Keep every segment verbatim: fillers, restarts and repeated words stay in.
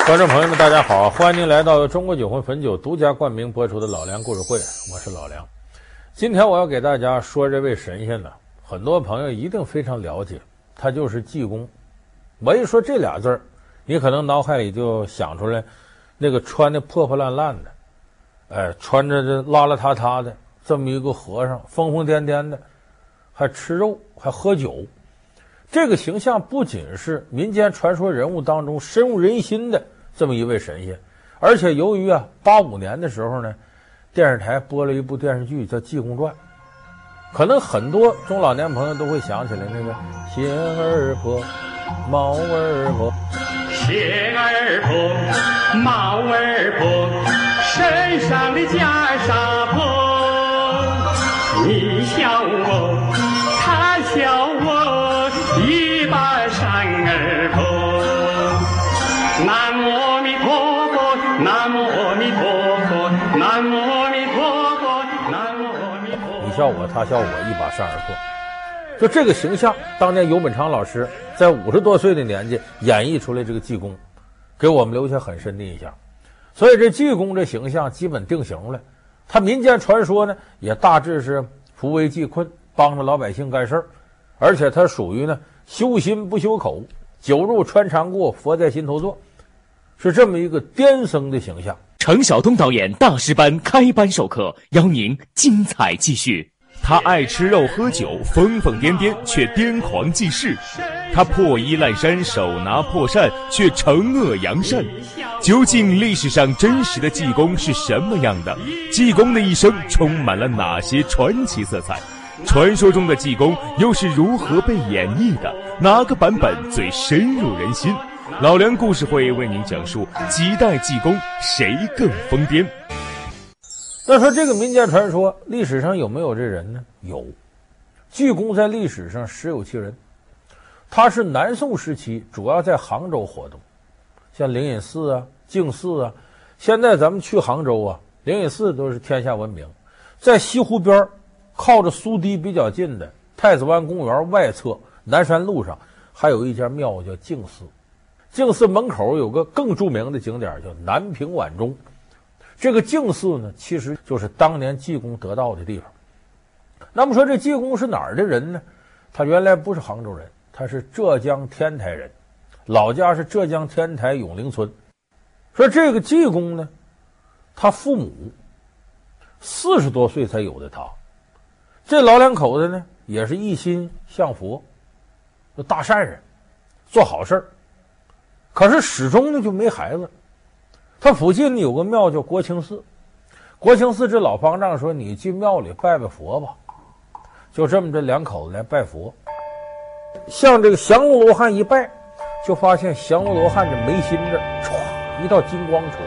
观众朋友们大家好，欢迎您来到中国酒魂汾酒独家冠名播出的老梁故事会，我是老梁。今天我要给大家说这位神仙呢，很多朋友一定非常了解，他就是济公。我一说这俩字儿，你可能脑海里就想出来那个穿的破破烂烂的，哎，穿着这邋邋遢遢的这么一个和尚，疯疯癫癫的，还吃肉还喝酒。这个形象不仅是民间传说人物当中深入人心的这么一位神仙，而且由于啊八五年的时候呢，电视台播了一部电视剧叫《济公传》，可能很多中老年朋友都会想起来那个鞋儿破，帽儿破， 鞋儿破，帽儿破，身上的袈裟破，你笑我，他笑我，一把扇儿破。南无阿弥陀佛，南无阿弥陀佛，南无阿弥陀佛，南无阿弥陀佛。 你笑我，他笑我，一把扇儿破。就这个形象，当年尤本昌老师在五十多岁的年纪演绎出来这个济公，给我们留下很深的印象。所以这济公这形象基本定型了。他民间传说呢，也大致是扶危济困，帮着老百姓干事儿，而且他属于呢修心不修口，酒入穿肠过，佛在心头坐，是这么一个癫僧的形象。 程晓东导演大师班开班授课，邀您精彩继续。他爱吃肉喝酒，疯疯癫癫却癫狂济世。他破衣烂衫，手拿破扇，却惩恶扬善。究竟历史上真实的济公是什么样的？济公的一生充满了哪些传奇色彩？传说中的济公又是如何被演绎的？哪个版本最深入人心？老梁故事会为您讲述几代济公谁更疯癫。 那说这个民间传说历史上有没有这人呢？有。济公在历史上实有其人，他是南宋时期主要在杭州活动，像灵隐寺啊、净寺啊，现在咱们去杭州啊，灵隐寺都是天下闻名。在西湖边靠着苏堤比较近的太子湾公园外侧南山路上，还有一家庙叫净寺。净寺门口有个更著名的景点叫南屏晚钟。这个净寺呢，其实就是当年济公得道的地方。那么说这济公是哪儿的人呢？他原来不是杭州人，他是浙江天台人，老家是浙江天台永陵村。说这个济公呢，他父母四十多岁才有的他，这老两口子呢也是一心向佛，大善人，做好事儿，可是始终呢就没孩子。他附近有个庙叫国清寺，国清寺这老方丈说你进庙里拜拜佛吧，就这么这两口子来拜佛，向这个降龙罗汉一拜，就发现降龙罗汉这眉心这唰一道金光出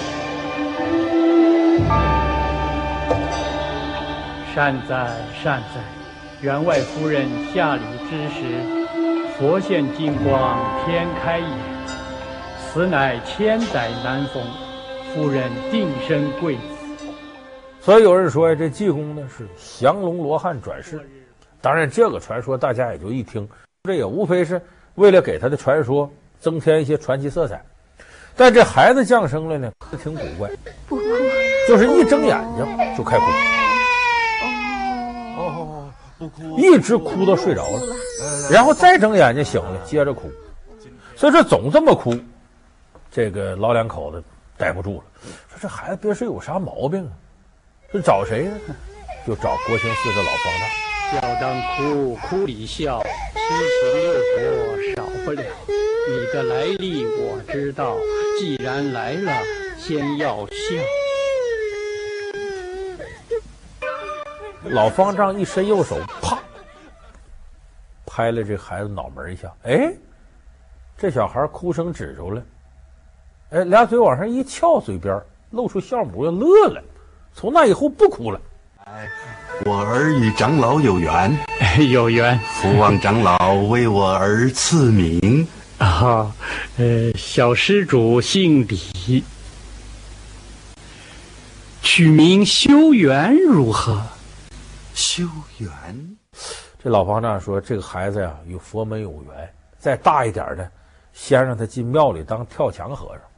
来。 善哉善哉，员外夫人下礼之时，佛现金光，天开眼，此乃千载难逢，夫人定身贵子。 所以有人说这济公呢是降龙罗汉转世，当然这个传说大家也就一听，这也无非是为了给他的传说增添一些传奇色彩。但这孩子降生了呢，挺古怪， 不哭， 就是一睁眼睛就开哭， 哦，不哭， 一直哭到睡着了，然后再睁眼睛醒了，接着哭。所以说总这么哭，这个老两口子待不住了，说这孩子别是有啥毛病啊？这找谁呢？就找国清寺的老方丈。 笑当哭，哭里笑，七情六果少不了。你的来历我知道，既然来了，先要笑。 老方丈一伸右手，啪，拍了这孩子脑门一下，哎，这小孩哭声止住了，哎，俩嘴往上一翘，嘴边露出笑模样，乐了。从那以后不哭了。 我儿与长老有缘， 有缘。 福望长老为我儿赐名啊，呃，小施主姓李，取名修缘如何？ 修缘。 这老方丈说，这个孩子呀与佛门有缘，再大一点的，先让他进庙里当跳墙和尚，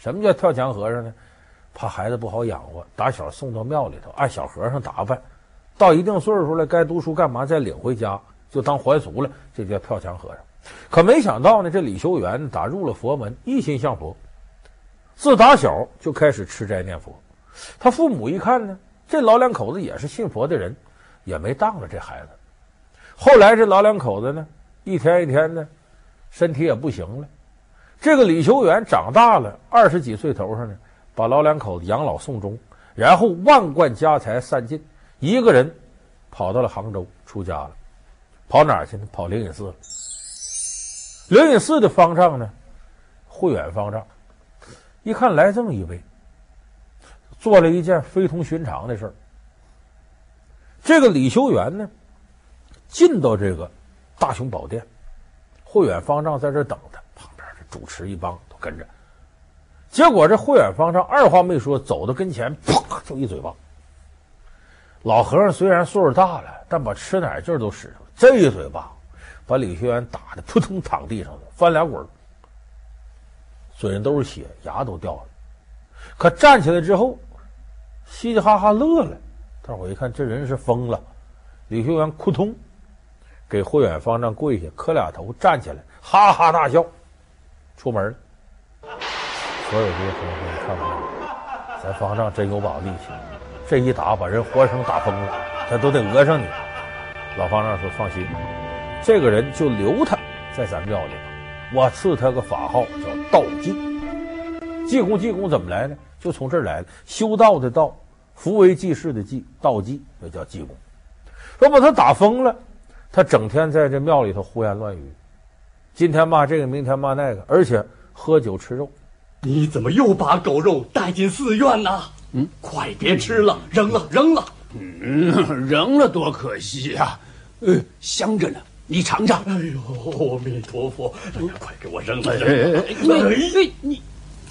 什么叫跳墙和尚呢？怕孩子不好养活，打小送到庙里头，按小和尚打扮，到一定岁数了，该读书干嘛再领回家，就当还俗了，这叫跳墙和尚。可没想到呢，这李修缘打入了佛门，一心向佛，自打小就开始吃斋念佛。他父母一看呢，这老两口子也是信佛的人，也没当着这孩子。后来这老两口子呢，一天一天的，身体也不行了。这个李修缘长大了，二十几岁头上呢，把老两口子养老送终，然后万贯家财散尽，一个人跑到了杭州出家了。跑哪儿去呢？跑灵隐寺了。灵隐寺的方丈呢，慧远方丈，一看来这么一位，做了一件非同寻常的事儿。这个李修缘呢，进到这个大雄宝殿，慧远方丈在这等他，旁边这主持一帮都跟着。结果这慧远方丈二话没说，走到跟前，啪就一嘴巴。老和尚虽然岁数大了，但把吃奶劲儿都使出来，这一嘴巴把李修缘打得扑通躺地上了，翻俩滚，嘴上都是血，牙都掉了。可站起来之后，嘻嘻哈哈乐了。大伙一看，这人是疯了。李修缘扑通给慧远方丈跪下，磕俩头，站起来，哈哈大笑，出门了。所有这些朋友们看看，咱方丈真有把力气，这一打把人活生打疯了，他都得讹上你。老方丈说：“放心，这个人就留他在咱庙里吧，我赐他个法号叫道济。济公，济公怎么来呢？就从这儿来的，修道的道，扶为济世的济，道济，这叫济公。说把他打疯了，他整天在这庙里头胡言乱语，今天骂这个，明天骂那个，而且喝酒吃肉。 你怎么又把狗肉带进寺院呢？嗯，快别吃了，扔了，扔了。 嗯，扔了多可惜呀！呃，香着呢，你尝尝。 哎呦，阿弥陀佛！哎呀，快给我扔了！ 哎哎你你。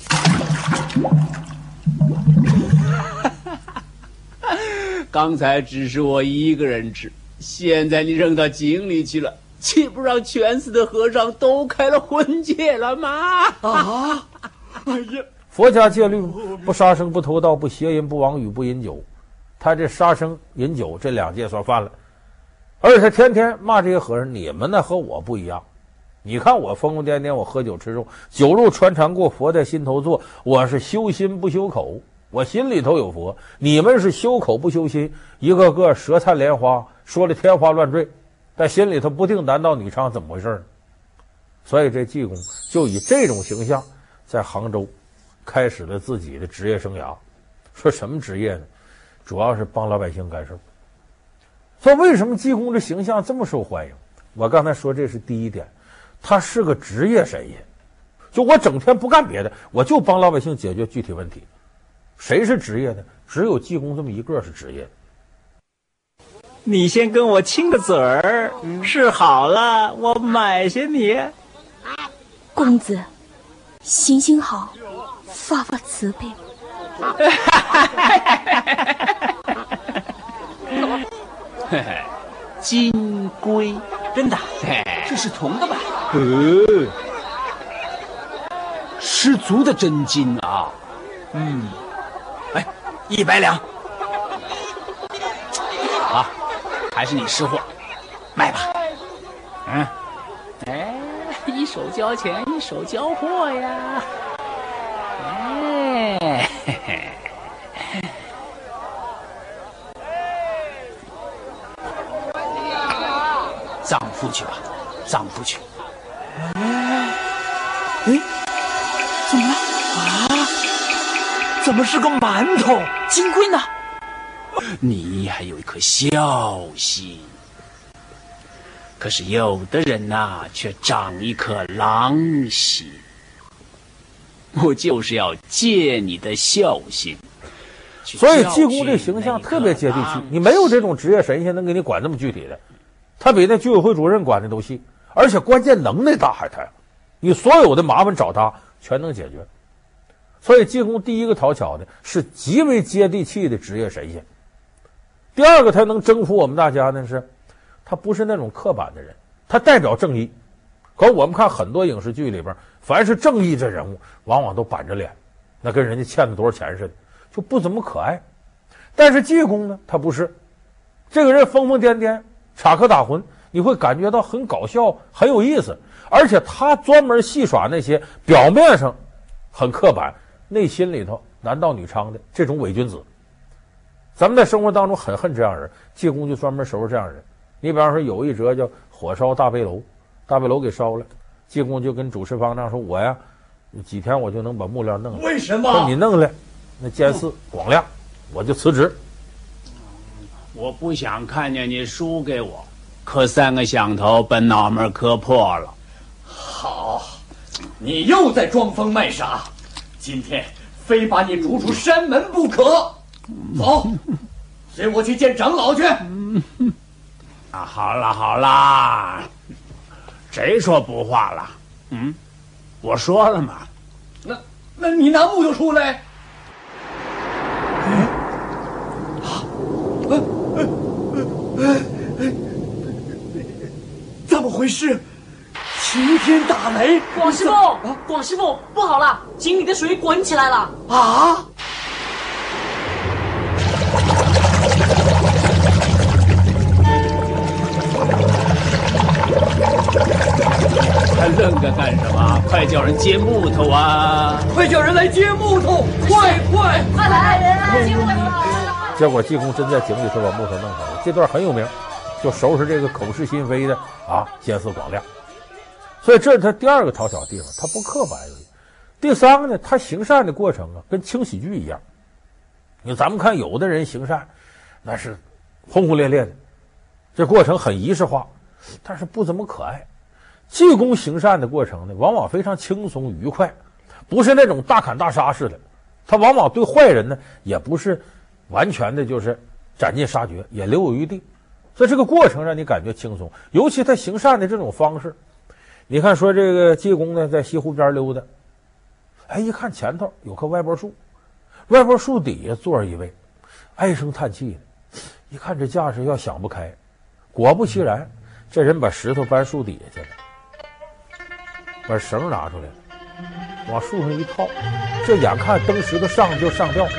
刚才只是我一个人吃，现在你扔到井里去了，岂不让全寺的和尚都开了荤戒了吗？ 啊！哎呀， 佛家戒律不杀生、不偷盗、不邪淫、不妄语、不饮酒。他这杀生、饮酒这两戒算犯了，而且天天骂这些和尚：你们呢和我不一样。你看我疯疯癫癫，我喝酒吃肉，酒肉穿肠过，佛在心头坐。我是修心不修口，我心里头有佛。你们是修口不修心，一个个舌灿莲花，说的天花乱坠，但心里头不定男盗女娼，怎么回事呢？所以这济公就以这种形象在杭州开始了自己的职业生涯。说什么职业呢？主要是帮老百姓干事。说为什么济公这形象这么受欢迎？我刚才说这是第一点，他是个职业神仙。就我整天不干别的，我就帮老百姓解决具体问题。谁是职业的？只有济公这么一个是职业的。 你先跟我亲个嘴儿，是好了，我买些你。 公子，行行好，发发慈悲。 嘿嘿，金龟， 真的？ 这是铜的吧？呃，十足的真金啊！ 嗯，哎，一百两。 好，还是你识货，卖吧。嗯，哎，一手交钱，一手交货呀。哎，嘿嘿。葬夫去吧，葬夫去。 哎，哎，怎么了？啊？怎么是个馒头？ 金龟呢？ 你还有一颗孝心，可是有的人呐、啊，却长一颗狼心。我就是要借你的孝心。 所以济公这形象特别接地气，你没有这种职业神仙能给你管这么具体的。他比那居委会主任管的都细，而且关键能耐大还他，你所有的麻烦找他全能解决。所以济公第一个讨巧的是极为接地气的职业神仙。第二个他能征服我们大家呢是，他不是那种刻板的人，他代表正义。可我们看很多影视剧里边，凡是正义这人物，往往都板着脸， 那跟人家欠了多少钱似的，就不怎么可爱。但是济公呢，他不是，这个人疯疯癫癫，插科打诨，你会感觉到很搞笑，很有意思。而且他专门戏耍那些表面上很刻板，内心里头男盗女娼的这种伪君子。咱们在生活当中很恨这样人，济公就专门收拾这样人。你比方说有一折叫火烧大悲楼，大悲楼给烧了，济公就跟主持方丈说：“我呀，几天我就能把木料弄了。 为什么？ 说你弄来，那监寺广亮，我就辞职。” 我不想看见你输给我，可三个响头把脑门磕破了。 好，你又在装疯卖傻，今天非把你逐出山门不可。走，随我去见长老去。 啊，好了好了，谁说不话了？嗯，我说了嘛。 那那你拿木头出来。哎，怎么回事？晴天打雷！ 广师傅，啊、广师傅，不好了，井里的水滚起来了！ 啊！ 还愣着干什么？快叫人接木头啊！ 快叫人来接木头！快快快来人啊！接木头！ 结果济公真在井里头把木头弄好了，这段很有名，就收拾这个口是心非的啊，监寺广亮。所以这是他第二个讨巧的地方，他不刻板。第三个呢，他行善的过程啊，跟轻喜剧一样。你看咱们看有的人行善，那是轰轰烈烈的，这过程很仪式化，但是不怎么可爱。济公行善的过程呢，往往非常轻松愉快，不是那种大砍大杀似的。他往往对坏人呢，也不是完全的就是斩尽杀绝，也留有余地。所以这个过程让你感觉轻松，尤其他行善的这种方式。你看说这个济公呢，在西湖边溜达，哎，一看前头有棵歪脖树，歪脖树底下坐着一位，唉声叹气的，一看这架势要想不开。果不其然，这人把石头搬树底下去了，把绳拿出来了，往树上一套，这眼看蹬石头上就上吊。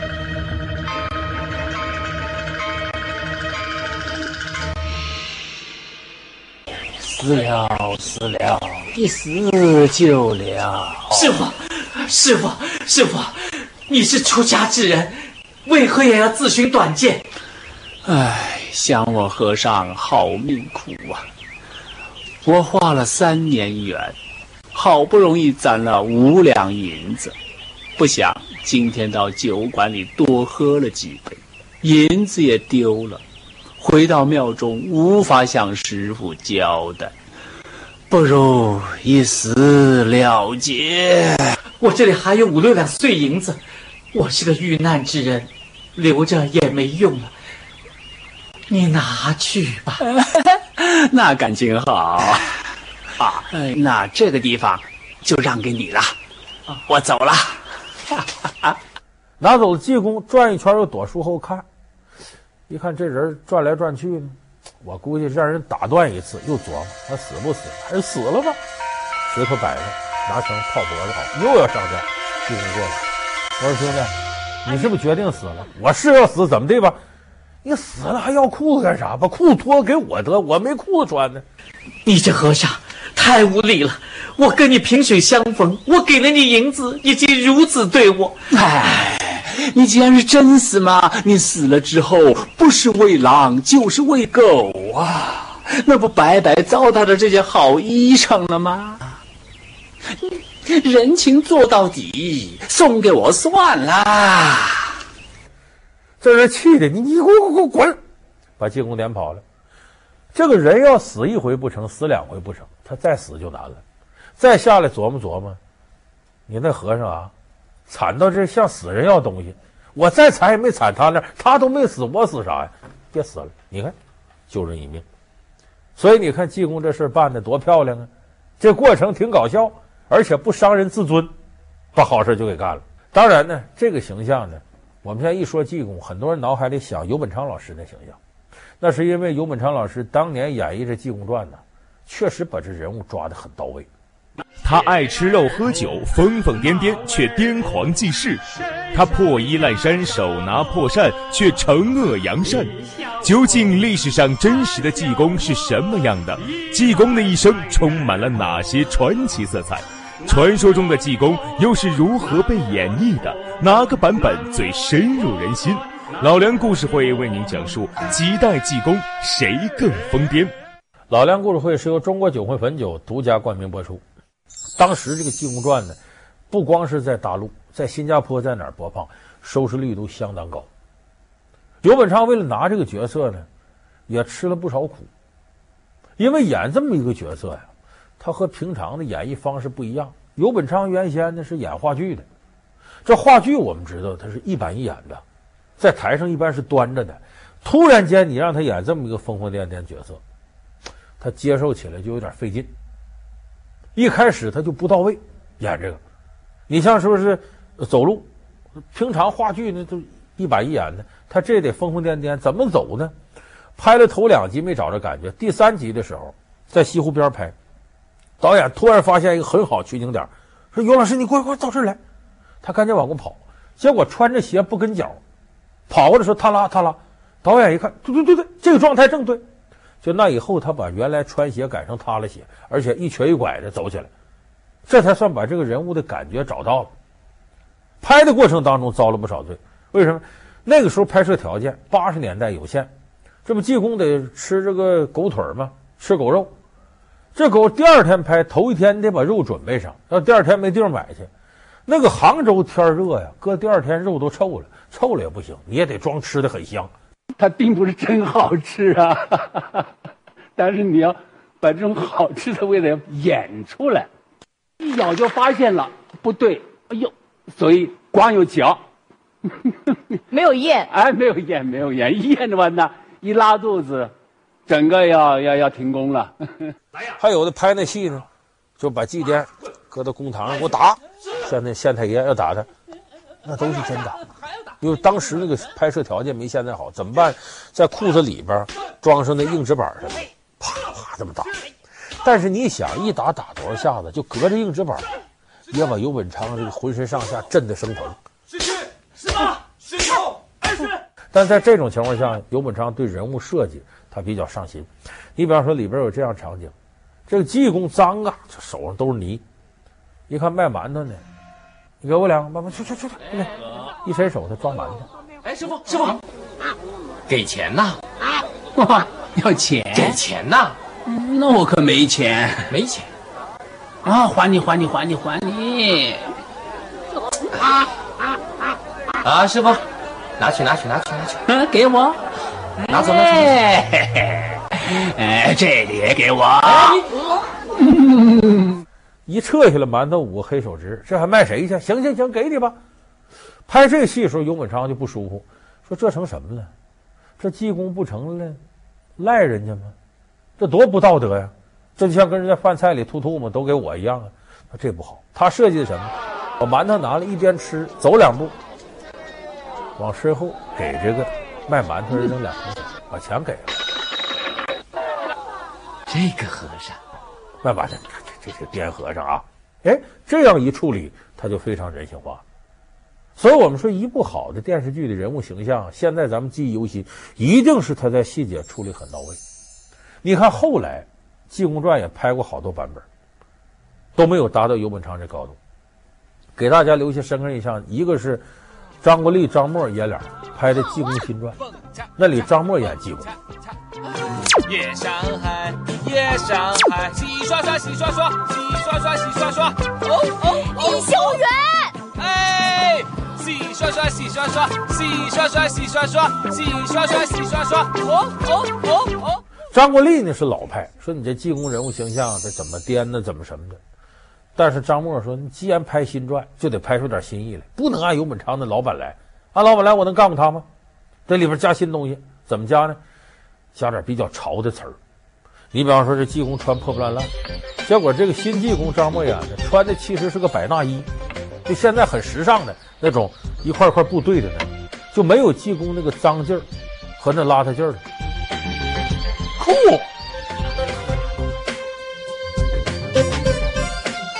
死了死了，一死就了。 师傅，师傅，师傅，你是出家之人，为何也要自寻短见？ 唉，想我和尚好命苦啊！我花了三年缘，好不容易攒了五两银子，不想今天到酒馆里多喝了几杯，银子也丢了。回到庙中无法向师父交代，不如一死了结。 我这里还有五六两碎银子，我是个遇难之人，留着也没用了，你拿去吧。 那感情好啊！那这个地方就让给你了，我走了。 拿走了济公，转一圈又躲树后看。一看这人转来转去呢，我估计让人打断一次，又琢磨他死不死，还是死了吧。石头摆上，拿绳套脖子，好，又要上吊。济公过来，我说兄弟，你是不是决定死了？我是要死，怎么的吧？你死了还要裤子干啥？把裤子脱给我得，我没裤子穿呢。 你这和尚太无礼了！我跟你萍水相逢，我给了你银子，你竟如此对我。 唉，你既然是真死嘛，你死了之后不是喂狼就是喂狗啊，那不白白糟蹋了这件好衣裳了吗？人情做到底，送给我算啦。 这人气的你你给我给我滚，把济公撵跑了。这个人要死一回不成，死两回不成，他再死就难了。再下来琢磨琢磨，你那和尚啊，惨到这像死人要东西，我再惨也没惨他那，他都没死，我死啥呀？别死了，你看救人一命。所以你看济公这事办的多漂亮啊，这过程挺搞笑，而且不伤人自尊，把好事就给干了。当然呢，这个形象呢，我们现在一说济公，很多人脑海里想游本昌老师的形象，那是因为游本昌老师当年演绎这《济公传》呢，确实把这人物抓得很到位。 他爱吃肉喝酒，疯疯癫癫却癫狂济世；他破衣烂衫，手拿破扇却惩恶扬善。究竟历史上真实的济公是什么样的？济公的一生充满了哪些传奇色彩？传说中的济公又是如何被演绎的？哪个版本最深入人心？老梁故事会为您讲述几代济公谁更疯癫。 老梁故事会是由中国酒会汾酒独家冠名播出。当时这个济公传呢，不光是在大陆，在新加坡在哪儿播放，收视率都相当高。尤本昌为了拿这个角色呢，也吃了不少苦，因为演这么一个角色呀，他和平常的演绎方式不一样。尤本昌原先呢是演话剧的，这话剧我们知道他是一板一眼的，在台上一般是端着的，突然间你让他演这么一个疯疯癫癫角色，他接受起来就有点费劲。一开始他就不到位演这个，你像说是走路，平常话剧呢都一板一眼的，他这得疯疯癫癫，怎么走呢？拍了头两集没找着感觉，第三集的时候在西湖边拍，导演突然发现一个很好取景点，说尤老师你快快到这儿来，他赶紧往过跑，结果穿着鞋不跟脚，跑过来说他拉他拉，导演一看对对对对，这个状态正对。就那以后他把原来穿鞋改成塌了鞋，而且一瘸一拐的走起来，这才算把这个人物的感觉找到了。拍的过程当中遭了不少罪，为什么？那个时候拍摄条件八十年代有限，这不济公得吃这个狗腿吗？吃狗肉，这狗第二天拍，头一天得把肉准备上，要第二天没地方买去。那个杭州天热呀，搁第二天肉都臭了，臭了也不行，你也得装吃的很香。 它并不是真好吃啊，但是你要把这种好吃的味道演出来，一咬就发现了不对，哎呦，所以光有嚼， 没有咽， 哎，没有咽，没有咽，一咽的话呢，一拉肚子，整个要要要停工了。 还有的拍那戏呢，就把祭奠搁到公堂上给我打，像那县太爷要打他，那都是真打。因为当时那个拍摄条件没现在好，怎么办？在裤子里边装上那硬纸板似的，啪啪这么打。但是你想，一打打多少下子，就隔着硬纸板，也把尤本昌这个浑身上下震得生疼。 十七、十八、十九、二十。 但在这种情况下，尤本昌对人物设计他比较上心。你比方说里边有这样场景，这个济公脏啊，这手上都是泥。一看卖馒头呢，你给我两个，慢慢去去去去，来。一伸手，他装馒头。 哎，师傅，师傅，给钱呐！哇，要钱？给钱呐！ 那我可没钱， 没钱啊！还你，还你，还你，还你！ 啊，师傅，拿去，拿去，拿去，拿去！ 啊，给我， 拿走，拿走。 哎，这里也给我。 一撤下来馒头五个黑手指，这还卖谁去？行行行，给你吧。拍这戏的时候，尤本昌就不舒服，说这成什么了？这济公不成了赖人家吗？这多不道德呀！这就像跟人家饭菜里吐吐沫都给我一样啊！这不好。他设计的什么？把馒头拿了，一边吃，走两步，往身后给这个卖馒头人扔两块钱，把钱给了。 这个和尚， 卖馒头，这这是颠和尚啊！哎，这样一处理，他就非常人性化。所以我们说，一部好的电视剧的人物形象，现在咱们记忆犹新，一定是他在细节处理很到位。你看后来《济公传》也拍过好多版本，都没有达到尤本昌这高度。给大家留下深刻印象，一个是张国立、张默爷俩拍的《济公新传》，那里张默演济公。 夜上海，夜上海，洗刷刷，洗刷刷，洗刷刷，洗刷刷。哦哦哦！ 李修缘， 哎。洗刷刷，洗刷刷，洗刷刷，洗刷刷，洗刷刷，洗刷刷。哦哦哦哦！ 张国立呢是老派，说你这济公人物形象这怎么颠的，怎么什么的。但是张默说，你既然拍新传，就得拍出点新意来，不能按尤本昌的老板来。按老板来，我能干过他吗？这里边加新东西，怎么加呢？加点比较潮的词儿。你比方说，这济公穿破破烂烂，结果这个新济公张默演的穿的其实是个百纳衣。就现在很时尚的那种一块块布对着呢，就没有济公那个脏劲儿和那邋遢劲儿了。酷！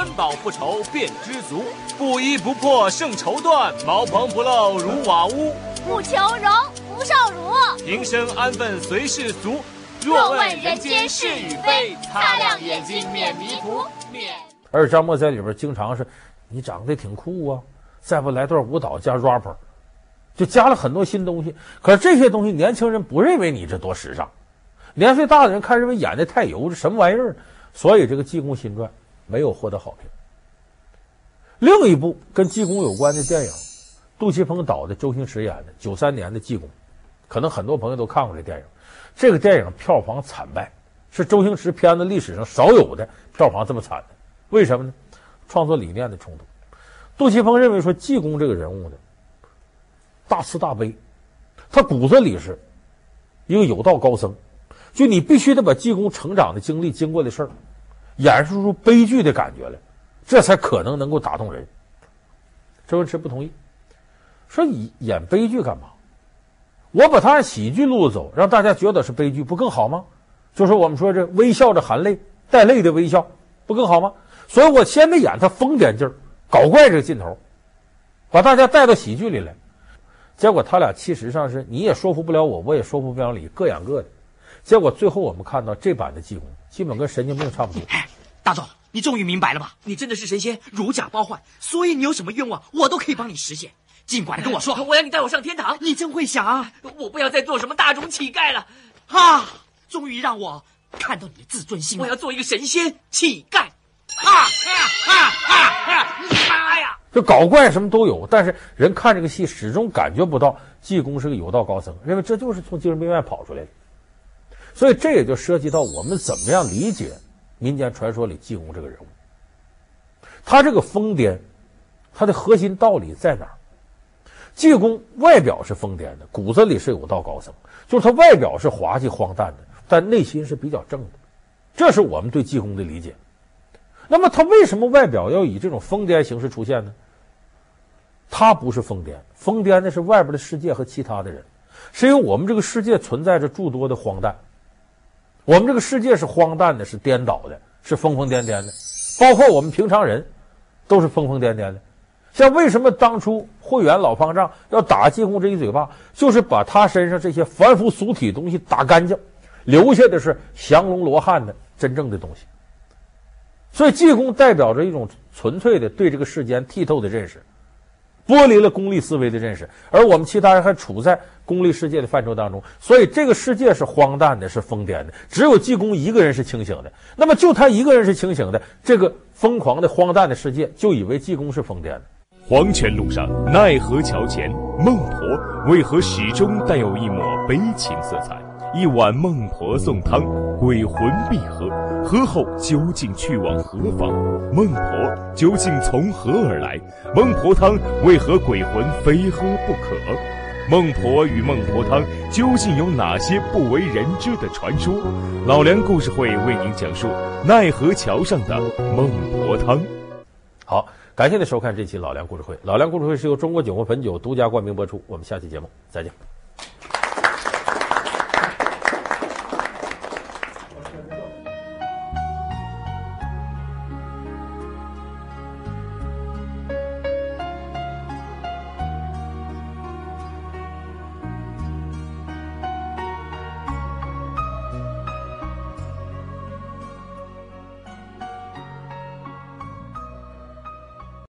报不愁便知足，不依不破胜绸缎，茅棚不漏如瓦屋。 不求荣，不受辱， 平生安分随世俗。 若问人间是与非，擦亮眼睛免迷途。免。 而张默在里边经常是，你长得挺酷啊，再不来段舞蹈加 rapper， 就加了很多新东西。可是这些东西年轻人不认为你这多时尚，年岁大的人看认为演的太油，这什么玩意儿？所以这个《济公新传》没有获得好评。另一部跟济公有关的电影，杜琪峰导的，周星驰演的九三年的《济公》，可能很多朋友都看过这电影。这个电影票房惨败，是周星驰片子历史上少有的票房这么惨的。为什么呢？创作理念的冲突。杜琪峰认为说，济公这个人物呢，大慈大悲，他骨子里是一个有道高僧，就你必须得把济公成长的经历、经过的事儿，演述出悲剧的感觉来，这才可能能够打动人。周星驰不同意，说你演悲剧干嘛？我把它按喜剧路子走，让大家觉得是悲剧，不更好吗？就是我们说这微笑着含泪，带泪的微笑，不更好吗？所以我先得演他疯癫劲儿、搞怪这个劲头，把大家带到喜剧里来。结果他俩其实上是你也说服不了我，我也说服不了你，各演各的。结果最后我们看到这版的济公基本跟神经病差不多。 大总，你终于明白了吧？你真的是神仙，如假包换，所以你有什么愿望，我都可以帮你实现。尽管跟我说，我要你带我上天堂。你真会想啊！我不要再做什么大众乞丐了啊！终于让我看到你的自尊心了。我要做一个神仙乞丐。啊啊啊啊！妈呀！ 就搞怪什么都有，但是人看这个戏始终感觉不到济公是个有道高僧，认为这就是从精神病院跑出来的。所以这也就涉及到我们怎么样理解民间传说里济公这个人物。他这个疯癫，他的核心道理在哪儿？济公外表是疯癫的，骨子里是有道高僧，就是他外表是滑稽荒诞的，但内心是比较正的。这是我们对济公的理解。那么他为什么外表要以这种疯癫形式出现呢？他不是疯癫，疯癫的是外边的世界和其他的人，是因为我们这个世界存在着诸多的荒诞，我们这个世界是荒诞的，是颠倒的，是疯疯癫癫的，包括我们平常人都是疯疯癫癫的。像为什么当初慧远老方丈要打济公这一嘴巴，就是把他身上这些凡夫俗体东西打干净，留下的是降龙罗汉的真正的东西。所以济公代表着一种纯粹的对这个世间剔透的认识，剥离了功利思维的认识，而我们其他人还处在功利世界的范畴当中，所以这个世界是荒诞的，是疯癫的，只有济公一个人是清醒的。那么就他一个人是清醒的，这个疯狂的荒诞的世界就以为济公是疯癫的。 黄泉路上，奈何桥前，孟婆为何始终带有一抹悲情色彩？一碗孟婆送汤，鬼魂必喝，喝后究竟去往何方？孟婆究竟从何而来？孟婆汤为何鬼魂非喝不可？孟婆与孟婆汤究竟有哪些不为人知的传说？老梁故事会为您讲述奈何桥上的孟婆汤。 好，感谢您收看这期老梁故事会。老梁故事会是由中国酒国汾酒独家冠名播出，我们下期节目再见。